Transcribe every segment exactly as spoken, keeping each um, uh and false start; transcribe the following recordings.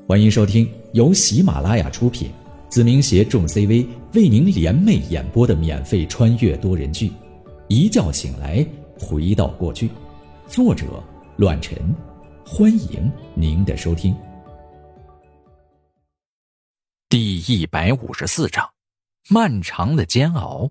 欢迎收听由喜马拉雅出品，子明携众 C V 为您联袂演播的免费穿越多人剧《一觉醒来回到过去》，作者乱臣。欢迎您的收听。 第一百五十四章，漫长的煎熬。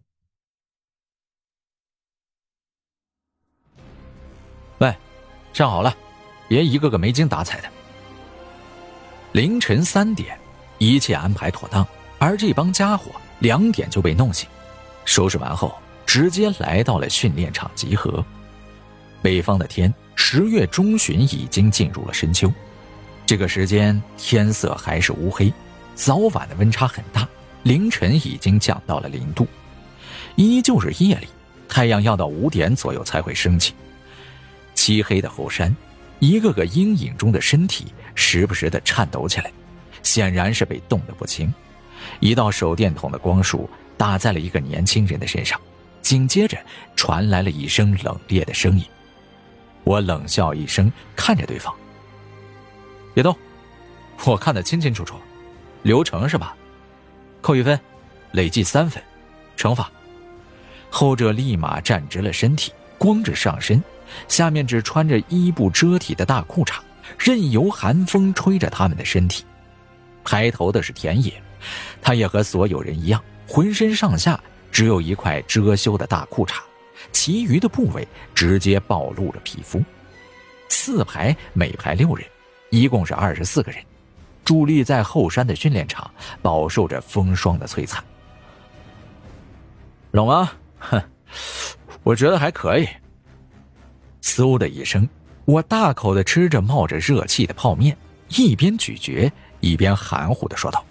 喂，站好了，别一个个没精打采的。凌晨三点，一切安排妥当，而这帮家伙两点就被弄醒，收拾完后直接来到了训练场集合。北方的天，十月中旬已经进入了深秋，这个时间天色还是乌黑，早晚的温差很大，凌晨已经降到了零度，依旧是夜里，太阳要到五点左右才会升起。漆黑的后山，一个个阴影中的身体时不时地颤抖起来，显然是被冻得不轻。一道手电筒的光束打在了一个年轻人的身上，紧接着传来了一声冷冽的声音。我冷笑一声，看着对方，别动，我看得清清楚楚，流程是吧？扣一分，累计三分，惩罚。后者立马站直了身体，光着上身，下面只穿着衣部遮体的大裤衩，任由寒风吹着他们的身体。排头的是田野，他也和所有人一样，浑身上下只有一块遮羞的大裤衩，其余的部位直接暴露了皮肤。四排每排六人，一共是二十四个人，伫立在后山的训练场，饱受着风霜的摧残。冷吗？哼，我觉得还可以。嗖的一声，我大口地吃着冒着热气的泡面，一边咀嚼一边含糊地说道：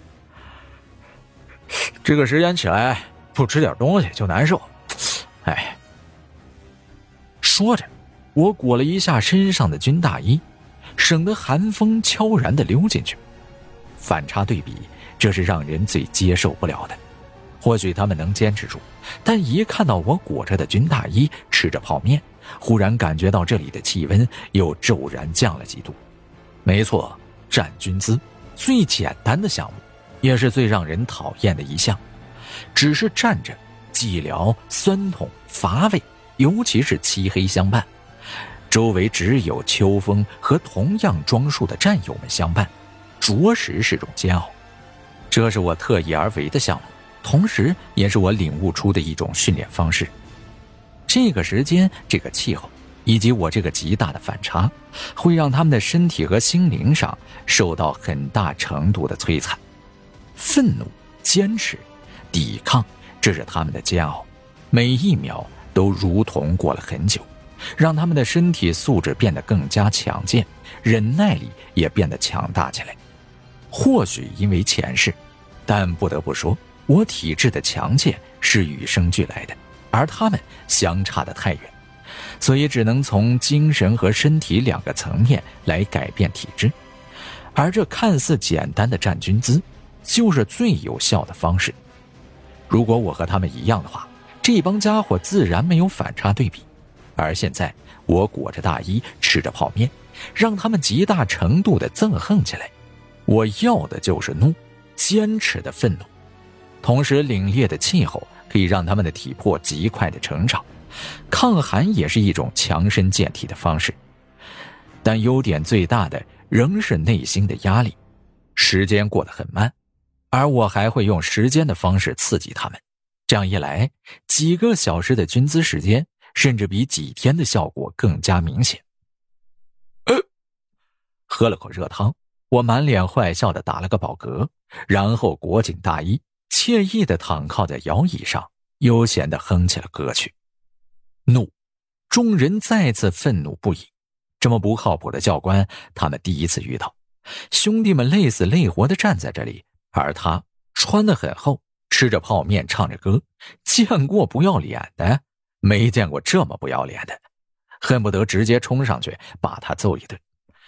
这个时间起来不吃点东西就难受，哎。说着，我裹了一下身上的军大衣，省得寒风悄然地溜进去。反差对比，这是让人最接受不了的。或许他们能坚持住，但一看到我裹着的军大衣吃着泡面，忽然感觉到这里的气温又骤然降了几度。没错，站军姿最简单的项目，也是最让人讨厌的一项。只是站着，寂寥、酸痛、乏味，尤其是漆黑相伴，周围只有秋风和同样装束的战友们相伴，着实是种煎熬。这是我特意而为的项目，同时也是我领悟出的一种训练方式。这个时间，这个气候，以及我这个极大的反差，会让他们的身体和心灵上受到很大程度的摧残。愤怒、坚持、抵抗，这是他们的煎熬，每一秒都如同过了很久，让他们的身体素质变得更加强健，忍耐力也变得强大起来。或许因为前世，但不得不说，我体质的强健是与生俱来的，而他们相差得太远，所以只能从精神和身体两个层面来改变体质。而这看似简单的站军姿，就是最有效的方式。如果我和他们一样的话，这帮家伙自然没有反差对比。而现在我裹着大衣吃着泡面，让他们极大程度的憎恨起来。我要的就是怒，坚持的愤怒。同时凛冽的气候可以让他们的体魄极快的成长，抗寒也是一种强身健体的方式。但优点最大的仍是内心的压力。时间过得很慢，而我还会用时间的方式刺激他们。这样一来，几个小时的军姿时间，甚至比几天的效果更加明显。呃，喝了口热汤，我满脸坏笑地打了个饱嗝，然后裹紧大衣，惬意地躺靠在摇椅上，悠闲地哼起了歌曲。怒，众人再次愤怒不已。这么不靠谱的教官，他们第一次遇到。兄弟们累死累活地站在这里，而他穿得很厚，吃着泡面唱着歌，见过不要脸的，没见过这么不要脸的，恨不得直接冲上去把他揍一顿。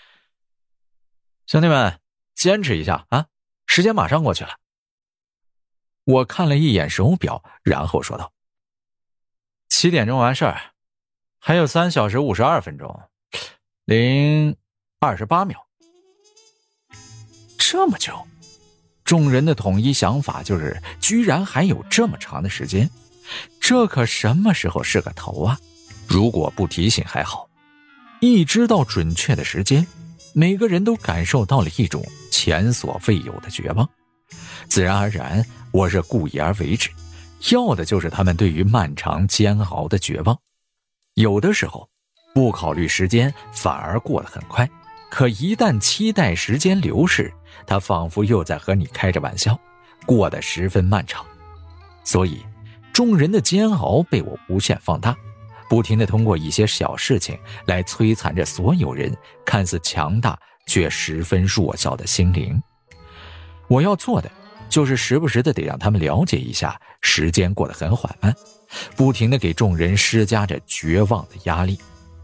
兄弟们，坚持一下啊，时间马上过去了。我看了一眼手表，然后说道：七点钟完事儿，还有三小时五十二分钟，零二十八秒。 这么久？众人的统一想法就是，居然还有这么长的时间，这可什么时候是个头啊？如果不提醒还好，一知道准确的时间，每个人都感受到了一种前所未有的绝望。自然而然，我是故意而为之，要的就是他们对于漫长煎熬的绝望。有的时候，不考虑时间反而过得很快，可一旦期待时间流逝，它仿佛又在和你开着玩笑，过得十分漫长。所以，众人的煎熬被我无限放大，不停地通过一些小事情来摧残着所有人看似强大却十分弱小的心灵。我要做的就是时不时的得让他们了解一下时间过得很缓慢，不停地给众人施加着绝望的压力。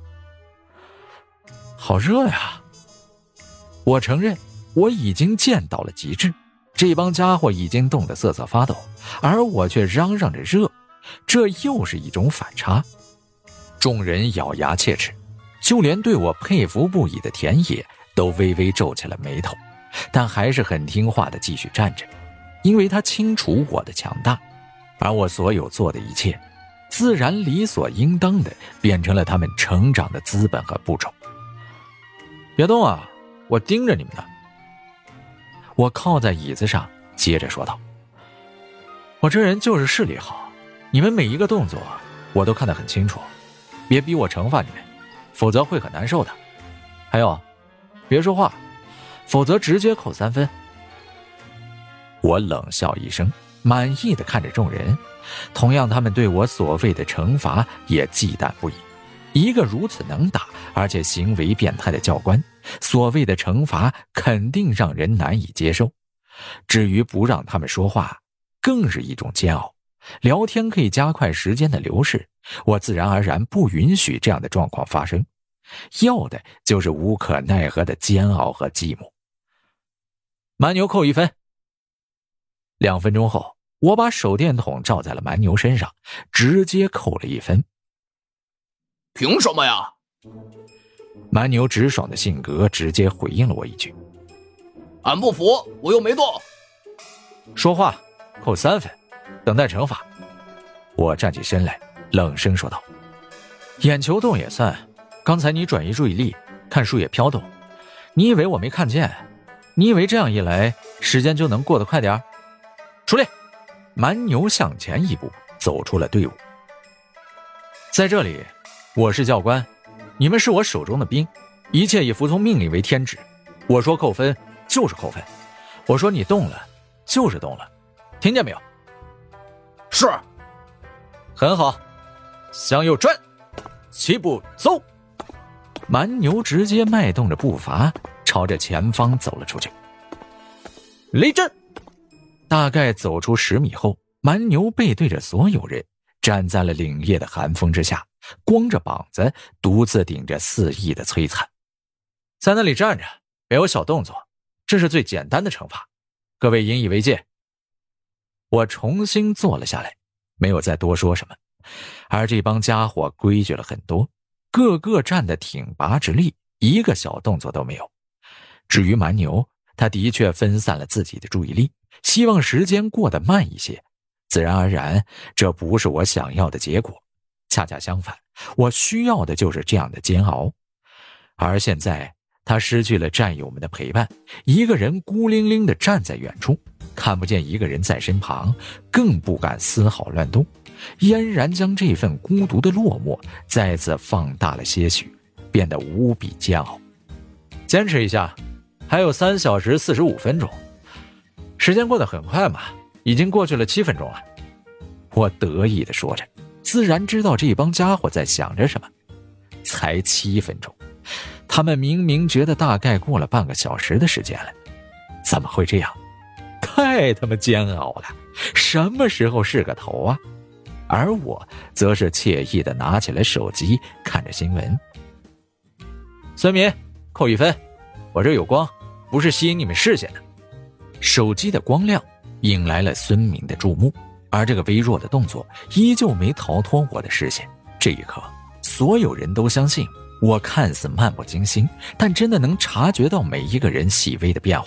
好热呀！我承认我已经见到了极致，这帮家伙已经冻得瑟瑟发抖，而我却嚷嚷着热，这又是一种反差。众人咬牙切齿，就连对我佩服不已的田野都微微皱起了眉头，但还是很听话地继续站着，因为他清楚我的强大，而我所有做的一切自然理所应当地变成了他们成长的资本和步骤。别动啊，我盯着你们呢。我靠在椅子上接着说道，我这人就是视力好，你们每一个动作我都看得很清楚，别逼我惩罚你们，否则会很难受的。还有，别说话，否则直接扣三分。我冷笑一声，满意地看着众人，同样他们对我所谓的惩罚也忌惮不已。一个如此能打而且行为变态的教官，所谓的惩罚肯定让人难以接受。至于不让他们说话，更是一种煎熬。聊天可以加快时间的流逝，我自然而然不允许这样的状况发生，要的就是无可奈何的煎熬和寂寞。蛮牛扣一分。两分钟后，我把手电筒照在了蛮牛身上，直接扣了一分。 凭什么呀？ 蛮牛直爽的性格直接回应了我一句： 俺不服，我又没动。 说话扣三分，等待惩罚。我站起身来，冷声说道：眼球动也算，刚才你转移注意力，看树叶飘动，你以为我没看见？你以为这样一来，时间就能过得快点？出列！蛮牛向前一步，走出了队伍。在这里，我是教官，你们是我手中的兵，一切以服从命令为天职。我说扣分就是扣分，我说你动了就是动了，听见没有？ 是。 很好，向右转，齐步走。蛮牛直接迈动着步伐，朝着前方走了出去。立正。大概走出十米后，蛮牛背对着所有人，站在了凛冽的寒风之下，光着膀子，独自顶着肆意的摧残。在那里站着，别有小动作，这是最简单的惩罚，各位引以为戒。我重新坐了下来，没有再多说什么，而这帮家伙规矩了很多，个个站得挺拔直立，一个小动作都没有。至于蛮牛，他的确分散了自己的注意力，希望时间过得慢一些，自然而然，这不是我想要的结果。恰恰相反，我需要的就是这样的煎熬。而现在，他失去了战友们的陪伴，一个人孤零零地站在远处，看不见一个人在身旁，更不敢丝毫乱动，嫣然将这份孤独的落寞再次放大了些许，变得无比煎熬。坚持一下，还有三小时四十五分钟。时间过得很快嘛，已经过去了七分钟了。我得意地说着，自然知道这帮家伙在想着什么。才七分钟，他们明明觉得大概过了半个小时的时间了，怎么会这样？太他妈煎熬了，什么时候是个头啊？而我则是惬意地拿起了手机，看着新闻。孙民，扣一分，我这有光，不是吸引你们视线的。手机的光亮引来了孙明的注目，而这个微弱的动作依旧没逃脱我的视线。这一刻，所有人都相信我看似漫不经心，但真的能察觉到每一个人细微的变化，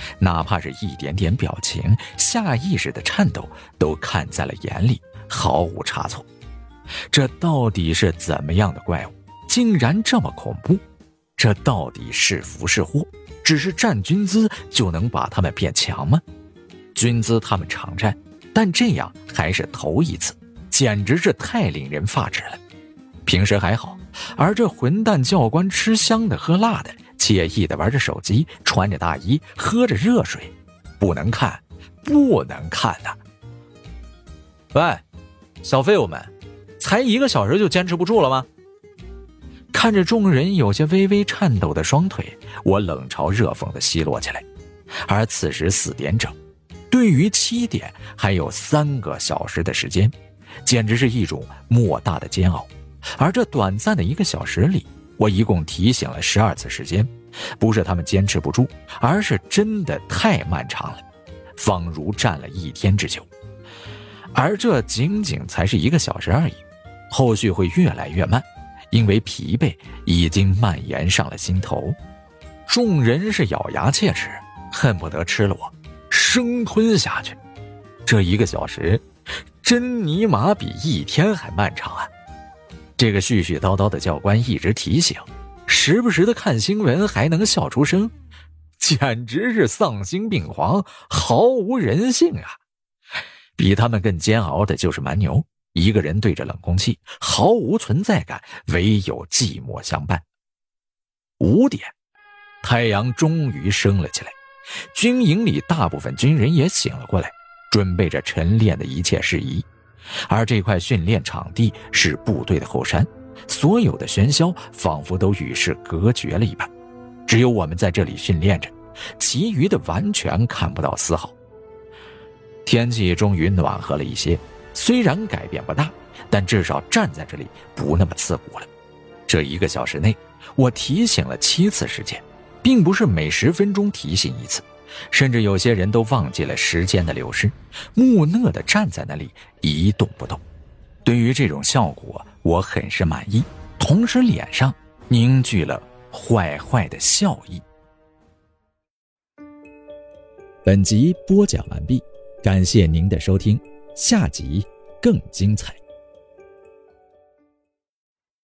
哪怕是一点点表情、下意识的颤抖，都看在了眼里，毫无差错。这到底是怎么样的怪物，竟然这么恐怖？这到底是福是祸？只是站军姿就能把他们变强吗？军姿他们常站，但这样还是头一次，简直是太令人发指了。平时还好，而这混蛋教官吃香的喝辣的，惬意的玩着手机，穿着大衣，喝着热水，不能看，不能看呐、啊！喂，小废物们，才一个小时就坚持不住了吗？看着众人有些微微颤抖的双腿，我冷嘲热讽地奚落起来。而此时四点整，对于七点还有三个小时的时间，简直是一种莫大的煎熬。而这短暂的一个小时里，我一共提醒了十二次时间，不是他们坚持不住，而是真的太漫长了，仿如站了一天之久。而这仅仅才是一个小时而已，后续会越来越慢，因为疲惫已经蔓延上了心头。众人是咬牙切齿，恨不得吃了我，生吞下去。这一个小时，真尼玛比一天还漫长啊！这个絮絮叨叨的教官一直提醒，时不时的看新闻还能笑出声，简直是丧心病狂，毫无人性啊！比他们更煎熬的就是蛮牛，一个人对着冷空气，毫无存在感，唯有寂寞相伴。五点，太阳终于升了起来，军营里大部分军人也醒了过来，准备着晨练的一切事宜。而这块训练场地是部队的后山，所有的喧嚣仿佛都与世隔绝了一般，只有我们在这里训练着，其余的完全看不到丝毫。天气终于暖和了一些，虽然改变不大，但至少站在这里不那么刺骨了。这一个小时内，我提醒了七次时间，并不是每十分钟提醒一次，甚至有些人都忘记了时间的流逝，木讷地站在那里一动不动。对于这种效果，我很是满意，同时脸上凝聚了坏坏的笑意。 本集播讲完毕，感谢您的收听，下集更精彩。